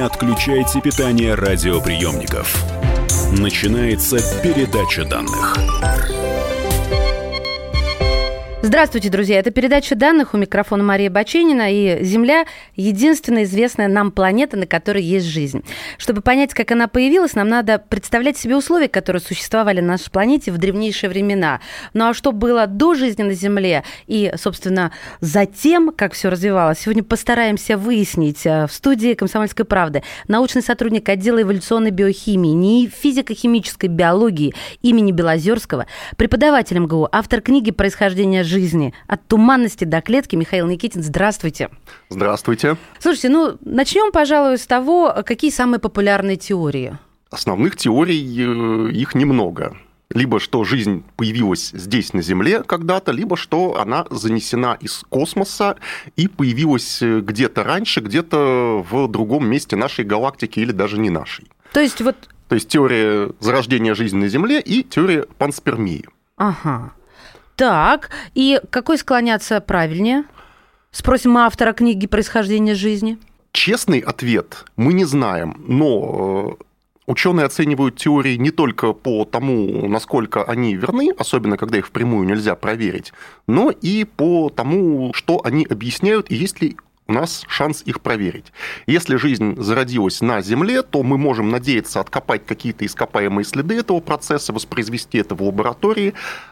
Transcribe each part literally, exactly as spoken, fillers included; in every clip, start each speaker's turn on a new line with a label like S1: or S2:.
S1: отключайте питание радиоприемников. Начинается передача данных.
S2: Здравствуйте, друзья. Это передача данных, у микрофона Мария Баченина. И Земля – единственная известная нам планета, на которой есть жизнь. Чтобы понять, как она появилась, нам надо представлять себе условия, которые существовали на нашей планете в древнейшие времена. Ну а что было до жизни на Земле и, собственно, затем, как все развивалось, сегодня постараемся выяснить в студии «Комсомольской правды» научный сотрудник отдела эволюционной биохимии, НИИ физико-химической биологии имени Белозерского, преподаватель эм гэ у, автор книги «Происхождение жизни. жизни. От туманности до клетки». Михаил Никитин, здравствуйте.
S3: Здравствуйте.
S2: Слушайте, ну, начнем, пожалуй, с того, какие самые популярные теории.
S3: Основных теорий их немного. Либо что жизнь появилась здесь, на Земле, когда-то, либо что она занесена из космоса и появилась где-то раньше, где-то в другом месте нашей галактики или даже не нашей.
S2: То есть вот...
S3: То есть теория зарождения жизни на Земле и теория панспермии.
S2: Ага. Так, и какой склоняться правильнее? Спросим мы автора книги «Происхождение жизни».
S3: Честный ответ мы не знаем, но ученые оценивают теории не только по тому, насколько они верны, особенно когда их впрямую нельзя проверить, но и по тому, что они объясняют и есть ли у нас шанс их проверить. Если жизнь зародилась на Земле, то мы можем надеяться откопать какие-то ископаемые следы этого процесса, воспроизвести это в лаборатории.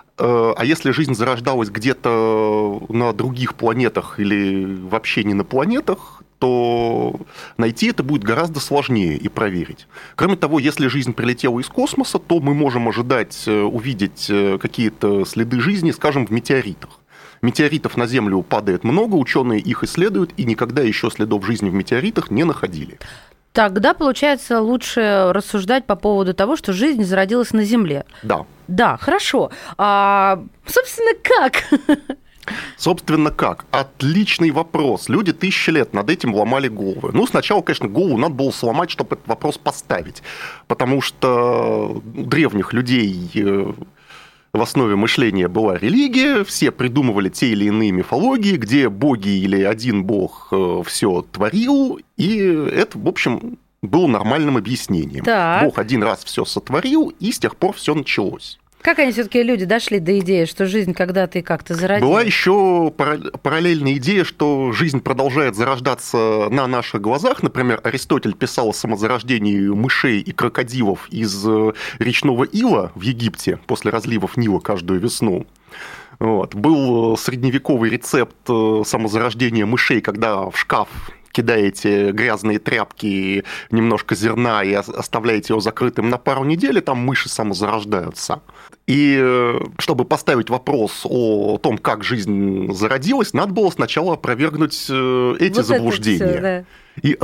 S3: А если жизнь зарождалась где-то на других планетах или вообще не на планетах, то найти это будет гораздо сложнее и проверить. Кроме того, если жизнь прилетела из космоса, то мы можем ожидать увидеть какие-то следы жизни, скажем, в метеоритах. Метеоритов на Землю падает много, ученые их исследуют, и никогда еще следов жизни в метеоритах не находили.
S2: Тогда, получается, лучше рассуждать по поводу того, что жизнь зародилась на Земле.
S3: Да.
S2: Да, хорошо. А, собственно, как?
S3: Собственно, как? Отличный вопрос. Люди тысячи лет над этим ломали головы. Ну, сначала, конечно, голову надо было сломать, чтобы этот вопрос поставить. Потому что у древних людей в основе мышления была религия, все придумывали те или иные мифологии, где боги или один бог все творил, и это, в общем, было нормальным объяснением.
S2: Так.
S3: Бог один раз все сотворил, и с тех пор все началось.
S2: Как они все-таки люди дошли до идеи, что жизнь когда-то и как-то зародилась?
S3: Была еще параллельная идея, что жизнь продолжает зарождаться на наших глазах. Например, Аристотель писал о самозарождении мышей и крокодилов из речного ила в Египте после разливов Нила каждую весну. Вот. Был средневековый рецепт самозарождения мышей, когда в шкаф кидаете грязные тряпки, немножко зерна и оставляете его закрытым на пару недель, и там мыши самозарождаются. И чтобы поставить вопрос о том, как жизнь зародилась, надо было сначала опровергнуть эти вот заблуждения. Всё, да. И,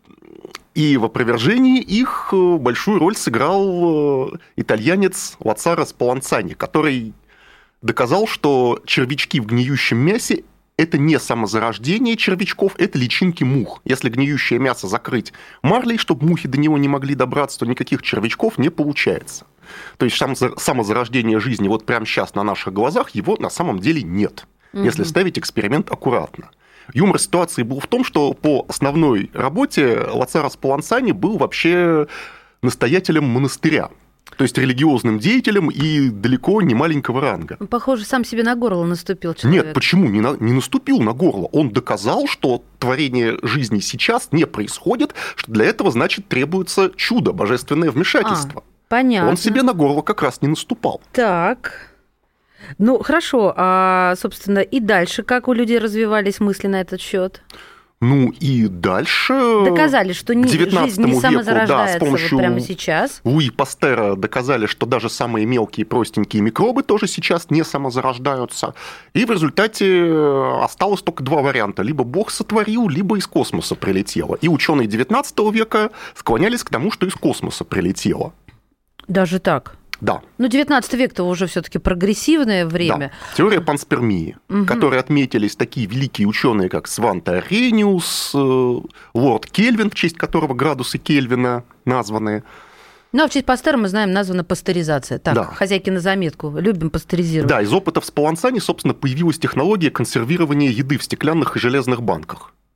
S3: и в опровержении их большую роль сыграл итальянец Лацаро Спалланцани, который доказал, что червячки в гниющем мясе это не самозарождение червячков, это личинки мух. Если гниющее мясо закрыть марлей, чтобы мухи до него не могли добраться, то никаких червячков не получается. То есть самозарождение жизни вот прямо сейчас на наших глазах, его на самом деле нет, угу. если ставить эксперимент аккуратно. Юмор ситуации был в том, что по основной работе Лацаро Спалланцани был вообще настоятелем монастыря. То есть религиозным деятелем и далеко не маленького ранга.
S2: Похоже, сам себе на горло наступил человек.
S3: Нет, почему? Не, на, не наступил на горло. Он доказал, что творение жизни сейчас не происходит, что для этого, значит, требуется чудо, божественное вмешательство.
S2: А, понятно.
S3: Он себе на горло как раз не наступал.
S2: Так. Ну, хорошо. А, собственно, и дальше как у людей развивались мысли на этот счет?
S3: Ну и дальше...
S2: Доказали, что не, жизнь не самозарождается, да, с помощью вот прямо сейчас.
S3: Луи Пастера доказали, что даже самые мелкие простенькие микробы тоже сейчас не самозарождаются. И в результате осталось только два варианта. Либо Бог сотворил, либо из космоса прилетело. И ученые девятнадцатого века склонялись к тому, что из космоса прилетело.
S2: Даже так?
S3: Да.
S2: Ну, девятнадцатый век-то уже все-таки прогрессивное время.
S3: Да. Теория панспермии, угу. которой отметились такие великие ученые, как Сванте Аррhenius, лорд Кельвин, в честь которого градусы Кельвина названы.
S2: Ну, а в честь Пастера мы знаем, названа пастеризация. Так, да. Хозяйки на заметку, любим пастеризировать.
S3: Да, из опытов Спалланцани, собственно, появилась технология консервирования еды в стеклянных и железных банках.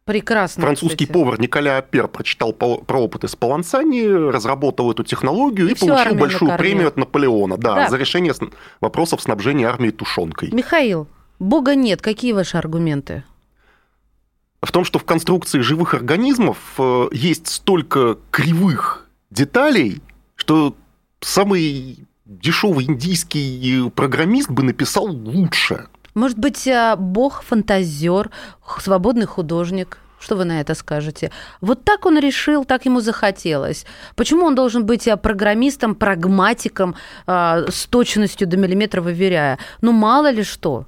S2: Прекрасно.
S3: Французский
S2: кстати.
S3: повар Николя Апер прочитал про опыты с Палансани, разработал эту технологию и,
S2: И
S3: получил большую
S2: накормил.
S3: премию от Наполеона, да,
S2: Да.
S3: за решение вопросов снабжения армии тушенкой.
S2: Михаил, Бога нет. Какие ваши аргументы?
S3: В том, что в конструкции живых организмов э, есть столько кривых деталей, что самый дешевый индийский программист бы написал лучше.
S2: Может быть, Бог фантазер, свободный художник? Что вы на это скажете? Вот так он решил, так ему захотелось. Почему он должен быть программистом, прагматиком, с точностью до миллиметра выверяя? Ну, мало ли что.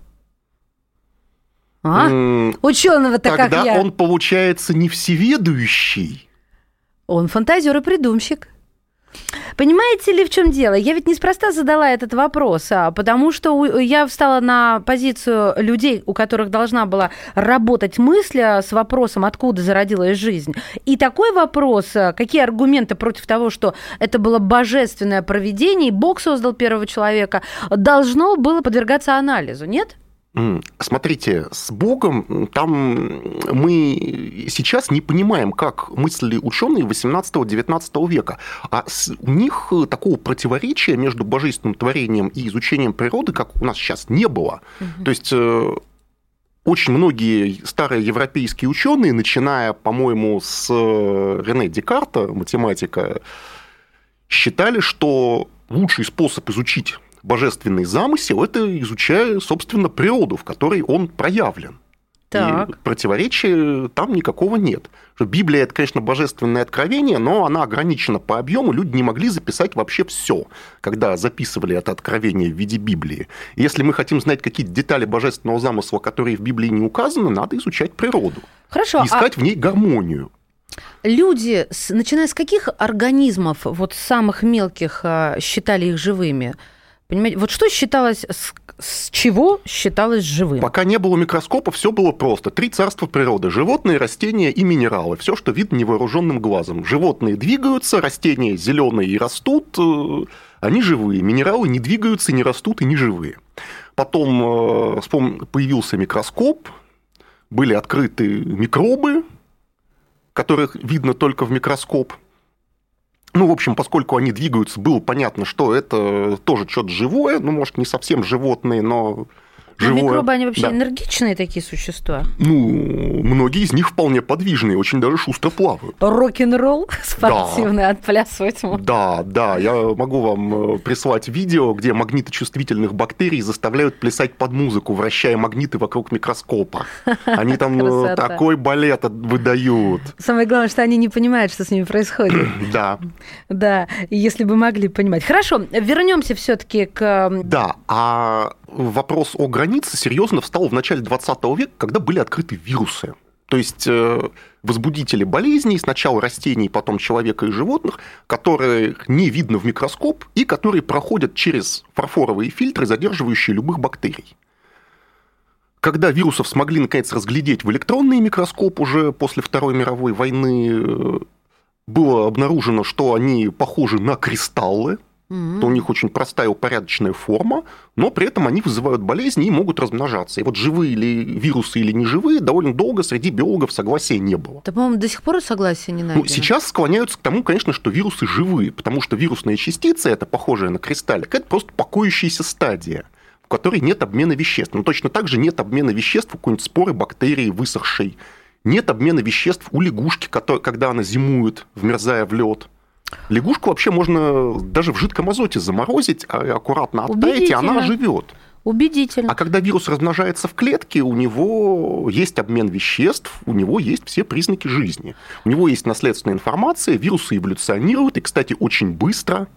S2: А?
S3: М-
S2: Ученого-то как
S3: Тогда
S2: я.
S3: он, получается, не всеведущий.
S2: Он фантазер и придумщик. Понимаете ли, в чем дело? Я ведь неспроста задала этот вопрос, а потому что у- я встала на позицию людей, у которых должна была работать мысль а, с вопросом, откуда зародилась жизнь. И такой вопрос, а, какие аргументы против того, что это было божественное провидение, и Бог создал первого человека, должно было подвергаться анализу, нет?
S3: М, Смотрите, с Богом там мы сейчас не понимаем, как мыслили ученые восемнадцатого-девятнадцатого века. А с- у них такого противоречия между божественным творением и изучением природы, как у нас сейчас, не было.
S2: Мгм.
S3: То есть э, очень многие старые европейские ученые, начиная, по-моему, с э, Рене Декарта, математика, считали, что лучший способ изучить божественный замысел – это изучая, собственно, природу, в которой он проявлен.
S2: Так.
S3: И противоречия там никакого нет. Что Библия – это, конечно, божественное откровение, но она ограничена по объему, люди не могли записать вообще все, когда записывали это откровение в виде Библии. И если мы хотим знать какие-то детали божественного замысла, которые в Библии не указаны, надо изучать природу,
S2: Хорошо,
S3: искать в ней гармонию.
S2: а люди, с- начиная с каких организмов, вот самых мелких, а, считали их живыми? Понимаете, вот что считалось, с, с чего считалось живым?
S3: Пока не было микроскопа, все было просто. Три царства природы: животные, растения и минералы. Все, что видно невооруженным глазом. Животные двигаются, растения зеленые и растут, э, они живые. Минералы не двигаются, не растут и не живые. Потом э, вспом- появился микроскоп, были открыты микробы, которых видно только в микроскоп. Ну, в общем, поскольку они двигаются, было понятно, что это тоже что-то живое, ну, может, не совсем животные, но
S2: А
S3: живое.
S2: микробы, они вообще
S3: Да.
S2: энергичные такие существа?
S3: Ну, многие из них вполне подвижные, очень даже шустро плавают.
S2: Рок-н-ролл спортивный, отплясывать можно.
S3: Да, да, я могу вам э, прислать видео, где магниточувствительных бактерий заставляют плясать под музыку, вращая магниты вокруг микроскопа. Они там э,
S2: Красота.
S3: такой балет от- выдают.
S2: Самое главное, что они не понимают, что с ними происходит.
S3: Да,
S2: Да, если бы могли понимать. Хорошо, вернемся все-таки к... м,
S3: да. А вопрос о границе серьезно встал в начале двадцатого века, когда были открыты вирусы. То есть э, возбудители болезней, сначала растений, потом человека и животных, которых не видно в микроскоп и которые проходят через фарфоровые фильтры, задерживающие любых бактерий. Когда вирусов смогли, наконец, разглядеть в электронный микроскоп уже после Второй мировой войны, э, было обнаружено, что они похожи на кристаллы,
S2: м,
S3: то у них очень простая упорядоченная форма, но при этом они вызывают болезни и могут размножаться. И вот живые ли вирусы или неживые, довольно долго среди биологов согласия не было.
S2: Да, по-моему, до сих пор согласия не найдено.
S3: Ну, сейчас склоняются к тому, конечно, что вирусы живые, потому что вирусные частицы, это похожее на кристаллик, это просто покоящаяся стадия, в которой нет обмена веществ. Но точно так же нет обмена веществ у какой-нибудь споры бактерии высохшей. Нет обмена веществ у лягушки, которая- когда она зимует, вмерзая в лед. Лягушку вообще можно даже в жидком азоте заморозить, а аккуратно оттаять, и она
S2: Убедительно.
S3: живет.
S2: Убедительно.
S3: А когда вирус размножается в клетке, у него есть обмен веществ, у него есть все признаки жизни. У него есть наследственная информация, вирусы эволюционируют, и, кстати, очень быстро.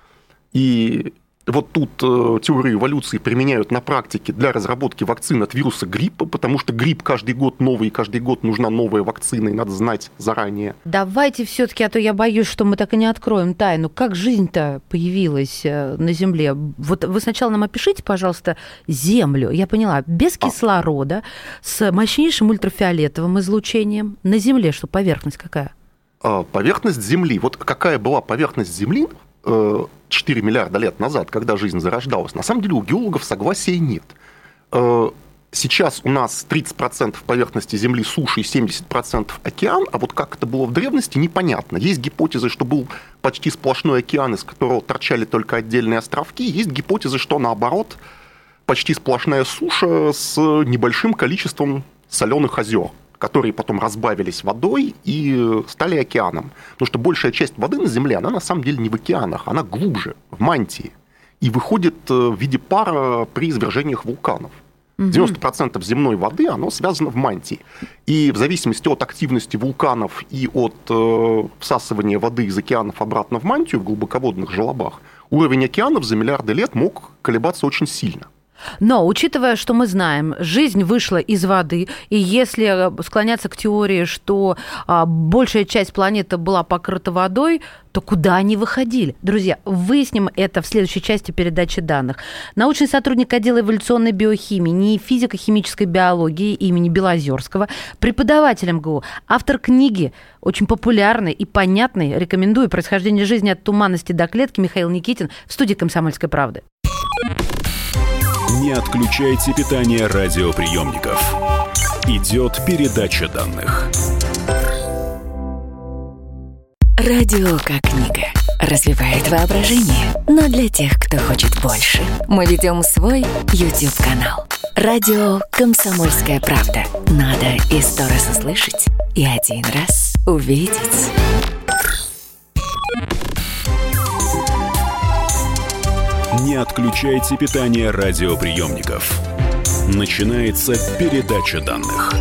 S3: И вот тут э, теорию эволюции применяют на практике для разработки вакцин от вируса гриппа, потому что грипп каждый год новый, и каждый год нужна новая вакцина, и надо знать заранее.
S2: Давайте все-таки, а то я боюсь, что мы так и не откроем тайну. Как жизнь-то появилась э, на Земле? Вот вы сначала нам опишите, пожалуйста, Землю. Я поняла, без кислорода, с мощнейшим ультрафиолетовым излучением. На Земле что, поверхность какая?
S3: А, Поверхность Земли. Вот какая была поверхность Земли э, четыре миллиарда лет назад, когда жизнь зарождалась, на самом деле у геологов согласия нет. Э, Сейчас у нас тридцать процентов поверхности Земли суши и семьдесят процентов океан, а вот как это было в древности, непонятно. Есть гипотезы, что был почти сплошной океан, из которого торчали только отдельные островки. Есть гипотезы, что наоборот, почти сплошная суша с небольшим количеством соленых озер, которые потом разбавились водой и стали океаном. Потому что большая часть воды на Земле, она на самом деле не в океанах, она глубже, в мантии. И выходит в виде пара при извержениях вулканов. девяносто процентов земной воды, оно связано в мантии. И в зависимости от активности вулканов и от э, всасывания воды из океанов обратно в мантию в глубоководных желобах, уровень океанов за миллиарды лет мог колебаться очень сильно.
S2: Но, учитывая, что мы знаем, жизнь вышла из воды, и если склоняться к теории, что а, большая часть планеты была покрыта водой, то куда они выходили? Друзья, выясним это в следующей части передачи данных. Научный сотрудник отдела эволюционной биохимии, НИИ физико-химической биологии имени Белозерского, преподаватель эм гэ у, автор книги, очень популярной и понятной, рекомендую, «Происхождение жизни от туманности до клетки», Михаил Никитин в студии «Комсомольской правды».
S1: Не отключайте питание радиоприемников. Идет передача данных.
S4: Радио как книга. Развивает воображение. Но для тех, кто хочет больше. Мы ведем свой YouTube-канал. Радио «Комсомольская правда». Надо и сто раз услышать, и один раз увидеть.
S1: Не отключайте питание радиоприемников. Начинается передача данных.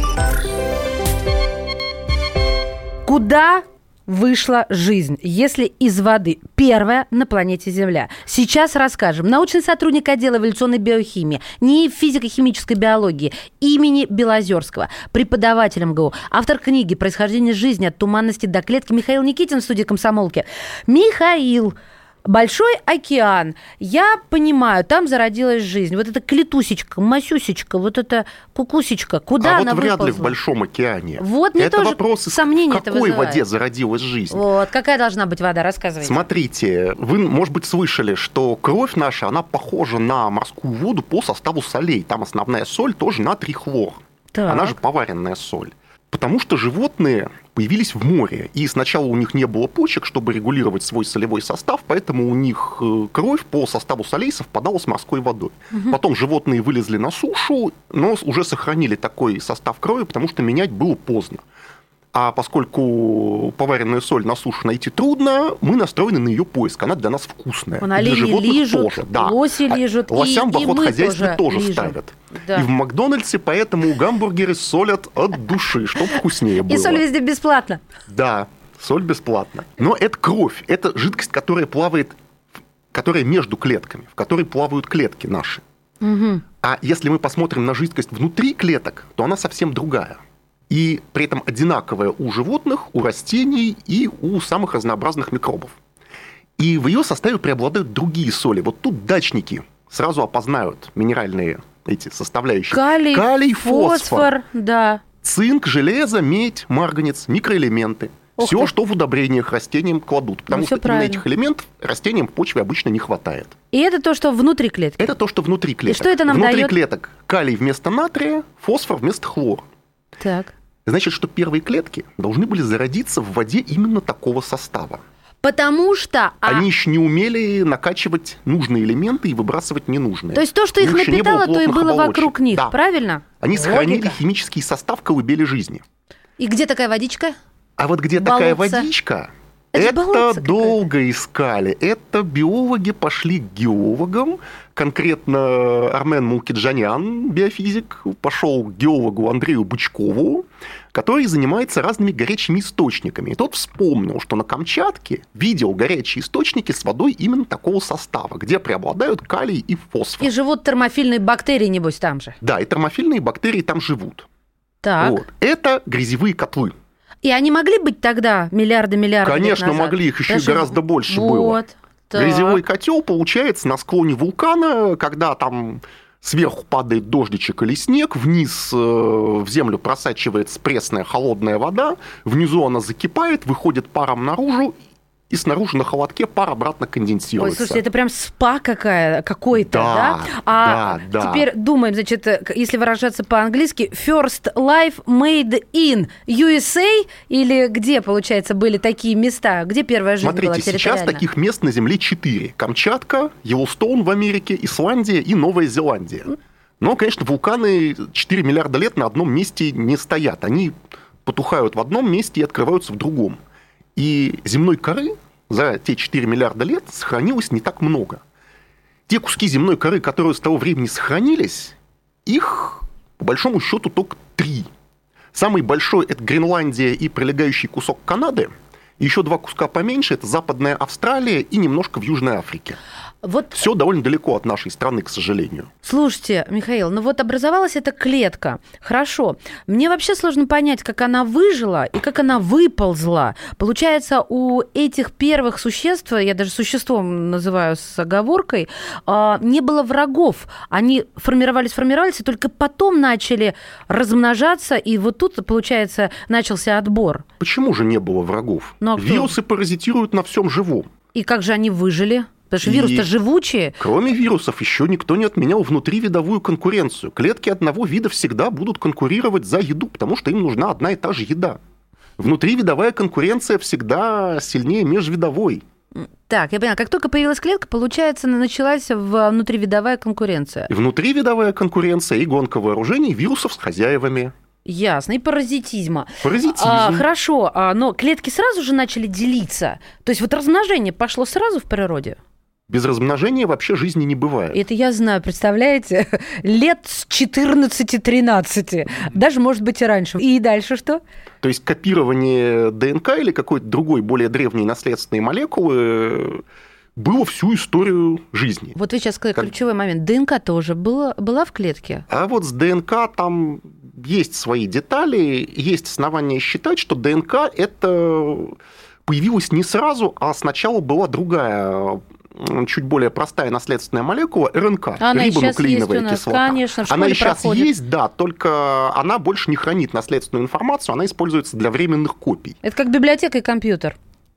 S2: Куда вышла жизнь, если из воды? Первая на планете Земля. Сейчас расскажем. Научный сотрудник отдела эволюционной биохимии, НИИ физико-химической биологии имени Белозерского, преподаватель эм гэ у, автор книги «Происхождение жизни от туманности до клетки» Михаил Никитин в студии «Комсомолки». Михаил, большой океан. Я понимаю, там зародилась жизнь. Вот эта клетусечка, масюсечка, вот эта кукусечка. Куда
S3: а
S2: она
S3: вот вряд
S2: выползла?
S3: ли в большом океане.
S2: Вот мне
S3: это
S2: тоже
S3: вопрос,
S2: сомнения
S3: в какой воде зародилась жизнь.
S2: Вот, какая должна быть вода? Рассказывайте.
S3: Смотрите, вы, может быть, слышали, что кровь наша, она похожа на морскую воду по составу солей. Там основная соль тоже натрий хлор.
S2: Так.
S3: Она же поваренная соль. Потому что животные появились в море, и сначала у них не было почек, чтобы регулировать свой солевой состав, поэтому у них кровь по составу солей совпадала с морской водой. Угу. Потом животные вылезли на сушу, но уже сохранили такой состав крови, потому что менять было поздно. А поскольку поваренную соль на суше найти трудно, мы настроены на ее поиск. Она для нас вкусная.
S2: Вон оленей лижут,
S3: тоже, да.
S2: лоси лижут.
S3: Лосям
S2: и,
S3: в охот хозяйстве тоже, тоже
S2: лижем.
S3: ставят.
S2: Да.
S3: И в Макдональдсе поэтому гамбургеры солят от души, чтобы вкуснее было.
S2: И соль везде бесплатно.
S3: Да, соль бесплатно. Но это кровь, это жидкость, которая плавает, которая между клетками, в которой плавают клетки наши. Угу. А если мы посмотрим на жидкость внутри клеток, то она совсем другая. И при этом одинаковая у животных, у растений и у самых разнообразных микробов. И в ее составе преобладают другие соли. Вот тут дачники сразу опознают минеральные эти составляющие.
S2: Калий,
S3: Калий фосфор,
S2: фосфор, да.
S3: Цинк, железо, медь, марганец, микроэлементы.
S2: Ох
S3: все,
S2: ты.
S3: что в удобрениях растениям кладут. Потому
S2: Ну,
S3: что
S2: правильно.
S3: именно этих элементов растениям в почве обычно не хватает.
S2: И это то, что внутри клетки.
S3: Это то, что внутри клеток.
S2: И что это нам
S3: внутри
S2: дает?
S3: клеток калий вместо натрия, фосфор вместо хлора.
S2: Так.
S3: Значит, что первые клетки должны были зародиться в воде именно такого состава.
S2: Потому что... а-
S3: Они еще не умели накачивать нужные элементы и выбрасывать ненужные.
S2: То есть то, что
S3: У
S2: их
S3: них еще не
S2: напитало,
S3: было
S2: то и
S3: плотных
S2: было
S3: оболочек.
S2: вокруг них,
S3: Да.
S2: правильно?
S3: Они сохранили
S2: Логика.
S3: химический состав колыбели жизни.
S2: И где такая водичка?
S3: А вот где
S2: Болотце.
S3: такая водичка,
S2: Это ж
S3: это
S2: болотце
S3: долго искали. Это биологи пошли к геологам. Конкретно Армен Мулкиджанян, биофизик, пошел к геологу Андрею Бычкову, который занимается разными горячими источниками. И тот вспомнил, что на Камчатке видел горячие источники с водой именно такого состава, где преобладают калий и фосфор.
S2: И живут термофильные бактерии, небось, там же.
S3: Да, и термофильные бактерии там живут.
S2: Так.
S3: Вот. Это грязевые котлы.
S2: И они могли быть тогда миллиарды-миллиарды лет
S3: Конечно,
S2: назад?
S3: могли, их еще и
S2: Даже-
S3: гораздо больше
S2: вот.
S3: было.
S2: Так.
S3: Грязевой котел получается на склоне вулкана, когда там сверху падает дождичек или снег, вниз э, в землю просачивается пресная холодная вода, внизу она закипает, выходит паром наружу, и снаружи на холодке пар обратно конденсируется.
S2: Ой, слушайте, это прям спа какая, какой-то, да?
S3: Да,
S2: А
S3: да, да.
S2: теперь думаем, значит, если выражаться по-английски, First Life Made in ю эс эй, или где, получается, были такие места? Где первая жизнь
S3: Смотрите,
S2: была территориально?
S3: сейчас таких мест на Земле четыре. Камчатка, Йеллоустоун в Америке, Исландия и Новая Зеландия. Но, конечно, вулканы четыре миллиарда лет на одном месте не стоят. Они потухают в одном месте и открываются в другом. И земной коры за те четыре миллиарда лет сохранилось не так много. Те куски земной коры, которые с того времени сохранились, их, по большому счету, только три. Самый большой – это Гренландия и прилегающий кусок Канады. Еще два куска поменьше – это Западная Австралия и немножко в Южной Африке.
S2: Вот...
S3: Все довольно далеко от нашей страны, к сожалению.
S2: Слушайте, Михаил, ну вот образовалась эта клетка. Хорошо. Мне вообще сложно понять, как она выжила и как она выползла. Получается, у этих первых существ, я даже существом называю с оговоркой, не было врагов. Они формировались, формировались, и только потом начали размножаться, и вот тут, получается, начался отбор.
S3: Почему же не было врагов?
S2: Ну, а кто?
S3: Вирусы паразитируют на всем живом.
S2: И как же они выжили? Потому что вирус-то
S3: И
S2: живучие.
S3: Кроме вирусов, еще никто не отменял внутривидовую конкуренцию. Клетки одного вида всегда будут конкурировать за еду, потому что им нужна одна и та же еда. Внутривидовая конкуренция всегда сильнее межвидовой.
S2: Так, я поняла. Как только появилась клетка, получается, началась внутривидовая конкуренция.
S3: И внутривидовая конкуренция и гонка вооружений вирусов с хозяевами.
S2: Ясно. И паразитизма.
S3: Паразитизм.
S2: А, хорошо, а, но клетки сразу же начали делиться? То есть вот размножение пошло сразу в природе?
S3: Без размножения вообще жизни не бывает.
S2: Это я знаю, представляете? Лет с четырнадцати-тринадцати. Даже, может быть, и раньше. И дальше что?
S3: То есть копирование ДНК или какой-то другой, более древней наследственной молекулы было всю историю жизни.
S2: Вот вы сейчас сказали как... ключевой момент. ДНК тоже была, была в клетке?
S3: А вот с ДНК там есть свои детали. Есть основания считать, что ДНК это появилась не сразу, а сначала была другая, чуть более простая наследственная молекула РНК,
S2: она
S3: рибонуклеиновая кислота.
S2: Конечно, в
S3: она и сейчас
S2: проходит.
S3: есть, да, только она больше не хранит наследственную информацию, она используется для временных копий.
S2: Это как библиотека и компьютер.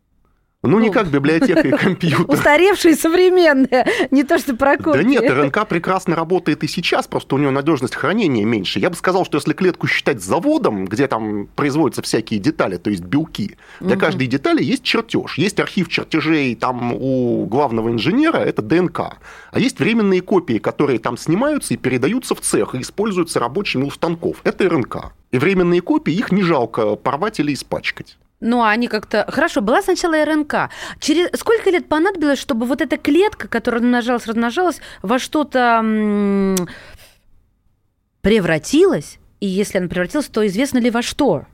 S3: Ну, не как библиотека и компьютер.
S2: Устаревшие, современные, не то что про копии.
S3: Да нет, РНК прекрасно работает и сейчас, просто у нее надежность хранения меньше. Я бы сказал, что если клетку считать заводом, где там производятся всякие детали, то есть белки, для угу. каждой детали есть чертеж. Есть архив чертежей там у главного инженера, это ДНК. А есть временные копии, которые там снимаются и передаются в цех, и используются рабочими у станков. Это РНК. И временные копии, их не жалко порвать или испачкать.
S2: Ну, они как-то... Хорошо, была сначала РНК. Через сколько лет понадобилось, чтобы вот эта клетка, которая размножалась, размножалась, во что-то м- превратилась? И если она превратилась, то известно ли во что?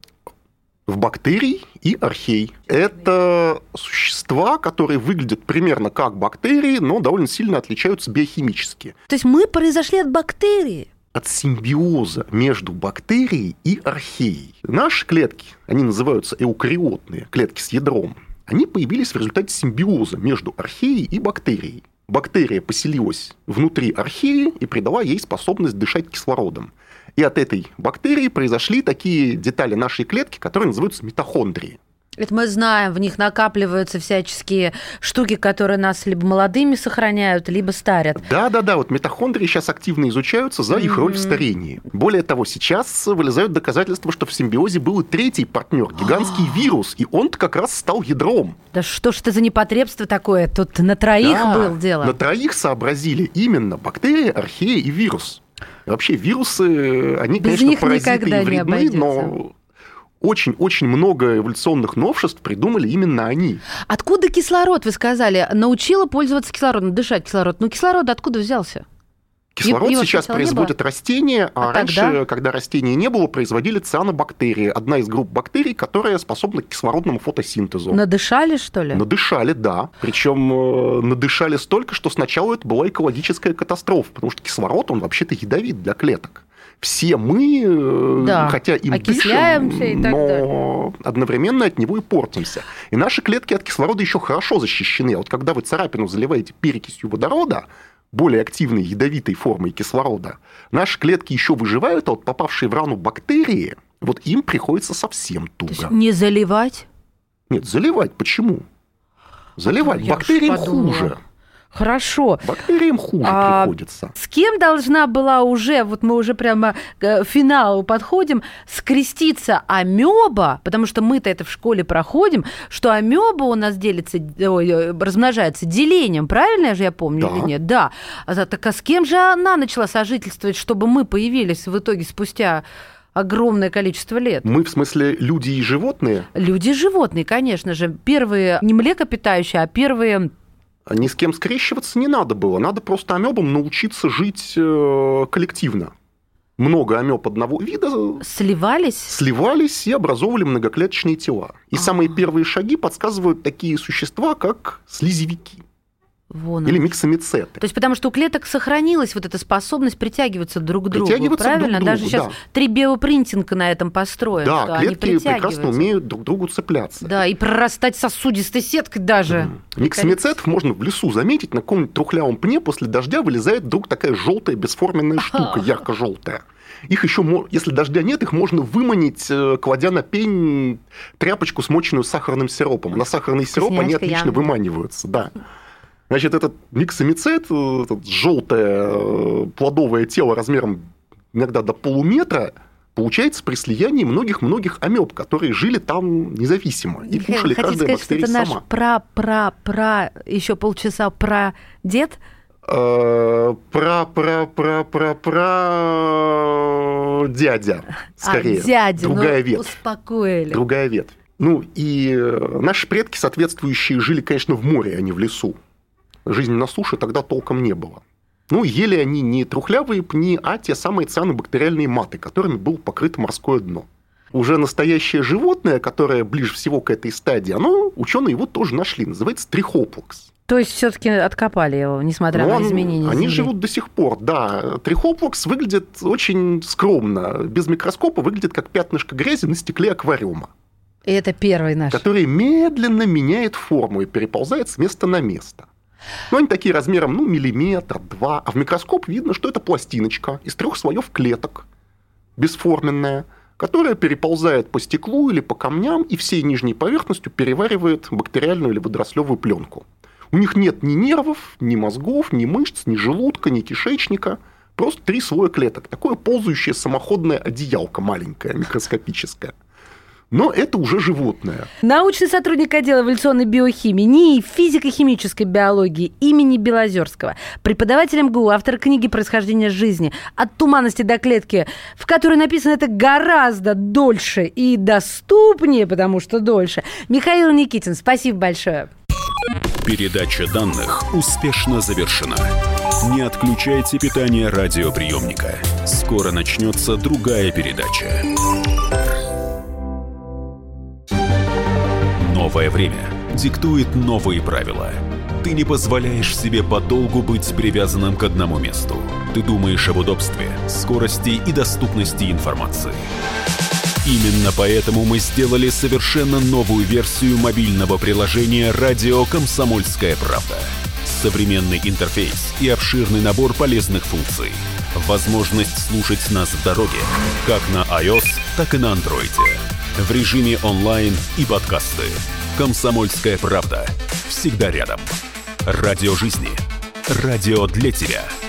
S3: В бактерий и архей. Это существа, которые выглядят примерно как бактерии, но довольно сильно отличаются биохимически.
S2: То есть мы произошли от бактерии?
S3: От симбиоза между бактерией и археей. Наши клетки, они называются эукариотные, клетки с ядром, они появились в результате симбиоза между археей и бактерией. Бактерия поселилась внутри археи и придала ей способность дышать кислородом. И от этой бактерии произошли такие детали нашей клетки, которые называются митохондрии.
S2: Это мы знаем, в них накапливаются всяческие штуки, которые нас либо молодыми сохраняют, либо старят.
S3: Да-да-да, вот митохондрии сейчас активно изучаются за их mm-hmm. роль в старении. Более того, сейчас вылезают доказательства, что в симбиозе был и третий партнер, гигантский вирус, и он-то как раз стал ядром.
S2: Да что ж это за непотребство такое? Тут на троих
S3: да,
S2: было дело.
S3: На троих сообразили именно бактерия, архея и вирус. И вообще вирусы, они,
S2: без
S3: конечно,
S2: них
S3: паразиты и вредны, но... Очень-очень много эволюционных новшеств придумали именно они.
S2: Откуда кислород, вы сказали? Научила пользоваться кислородом, дышать кислород. Ну, кислород откуда взялся?
S3: Кислород
S2: Его
S3: сейчас производят растения, а, а раньше, тогда? когда растений не было, производили цианобактерии. Одна из групп бактерий, которая способна к кислородному фотосинтезу.
S2: Надышали, что ли?
S3: Надышали, да. Причем надышали столько, что сначала это была экологическая катастрофа, потому что кислород, он вообще-то ядовит для клеток. Все мы,
S2: да,
S3: хотя им дышим,
S2: и
S3: но
S2: так далее.
S3: одновременно от него и портимся. И наши клетки от кислорода еще хорошо защищены. А вот когда вы царапину заливаете перекисью водорода, более активной ядовитой формой кислорода, наши клетки еще выживают, а вот попавшие в рану бактерии, вот им приходится совсем туго.
S2: То есть не заливать?
S3: Нет, заливать. Почему? Заливать.
S2: Я
S3: Бактериям
S2: уж подумала.
S3: хуже.
S2: Хорошо.
S3: Бактериям хуже
S2: А
S3: приходится.
S2: С кем должна была уже, вот мы уже прямо к финалу подходим, скреститься амеба, потому что мы-то это в школе проходим, что амеба у нас делится, ой, размножается делением, правильно же я помню
S3: Да.
S2: или нет? Да. А, так а с кем же она начала сожительствовать, чтобы мы появились в итоге спустя огромное количество лет?
S3: Мы, в смысле, люди и животные?
S2: Люди и животные, конечно же. Первые не млекопитающие, а первые...
S3: Ни с кем скрещиваться не надо было. Надо просто амебам научиться жить э, коллективно. Много амеб одного вида
S2: Сливались?
S3: сливались и образовывали многоклеточные тела. И
S2: А.
S3: самые первые шаги подсказывают такие существа, как слизевики
S2: Вон
S3: или
S2: оно.
S3: миксомицеты.
S2: То есть потому что у клеток сохранилась вот эта способность притягиваться друг к другу,
S3: Притягиваться
S2: правильно?
S3: друг к
S2: Даже
S3: другу,
S2: сейчас
S3: да.
S2: три биопринтинга на этом построен, что
S3: Да,
S2: они
S3: клетки прекрасно
S2: притягиваются.
S3: умеют друг к другу цепляться.
S2: Да, и прорастать сосудистой сеткой даже.
S3: Мгм. Миксомицетов можно в лесу заметить, на каком-нибудь трухлявом пне после дождя вылезает вдруг такая желтая бесформенная штука, ярко-желтая. Их еще, если дождя нет, их можно выманить, э, кладя на пень тряпочку, смоченную сахарным сиропом. На сахарный сироп они
S2: Вкусняшка,
S3: отлично
S2: Яна.
S3: выманиваются, да. Значит, этот миксомицет, э, этот желтое э, плодовое тело размером иногда до полуметра, получается при слиянии многих-многих амеб, которые жили там независимо и
S2: Михаил,
S3: кушали
S2: хотите
S3: каждая
S2: сказать, что
S3: бактерия
S2: это наш
S3: сама.
S2: пра-пра-пра, еще полчаса прадед?
S3: Пра-пра-пра-пра-пра дядя, скорее.
S2: А, дядя,
S3: Другая
S2: ну,
S3: ветвь.
S2: успокоили.
S3: Другая ветвь. Ну, и э, наши предки соответствующие жили, конечно, в море, а не в лесу. Жизни на суше тогда толком не было. Ну, ели они не трухлявые пни, а те самые цианобактериальные маты, которыми было покрыто морское дно. Уже настоящее животное, которое ближе всего к этой стадии, оно, ученые его тоже нашли, называется трихоплакс.
S2: То есть все-таки откопали его, несмотря
S3: Но
S2: на
S3: он-
S2: изменения
S3: Они
S2: Земли.
S3: живут до сих пор, да. Трихоплакс выглядит очень скромно. Без микроскопа выглядит как пятнышко грязи на стекле аквариума,
S2: И это первый наш.
S3: который медленно меняет форму и переползает с места на место. Ну, они такие размером, ну, миллиметр, два. А в микроскоп видно, что это пластиночка из трех слоев клеток, бесформенная, которая переползает по стеклу или по камням и всей нижней поверхностью переваривает бактериальную или водорослевую пленку. У них нет ни нервов, ни мозгов, ни мышц, ни желудка, ни кишечника. Просто три слоя клеток. Такое ползающее самоходное одеялко маленькое, микроскопическое. Но это уже животное.
S2: Научный сотрудник отдела эволюционной биохимии, НИИ физико-химической биологии имени Белозерского, преподаватель эм гэ у, автор книги «Происхождение жизни. От туманности до клетки», в которой написано это гораздо дольше и доступнее, потому что дольше. Михаил Никитин, спасибо большое.
S1: Передача данных успешно завершена. Не отключайте питание радиоприемника. Скоро начнется другая передача. Новое время диктует новые правила. Ты не позволяешь себе подолгу быть привязанным к одному месту. Ты думаешь об удобстве, скорости и доступности информации. Именно поэтому мы сделали совершенно новую версию мобильного приложения «Радио Комсомольская правда». Современный интерфейс и обширный набор полезных функций. Возможность слушать нас в дороге, как на iOS, так и на Android. В режиме онлайн и подкасты. «Комсомольская правда». Всегда рядом. Радио жизни. Радио для тебя.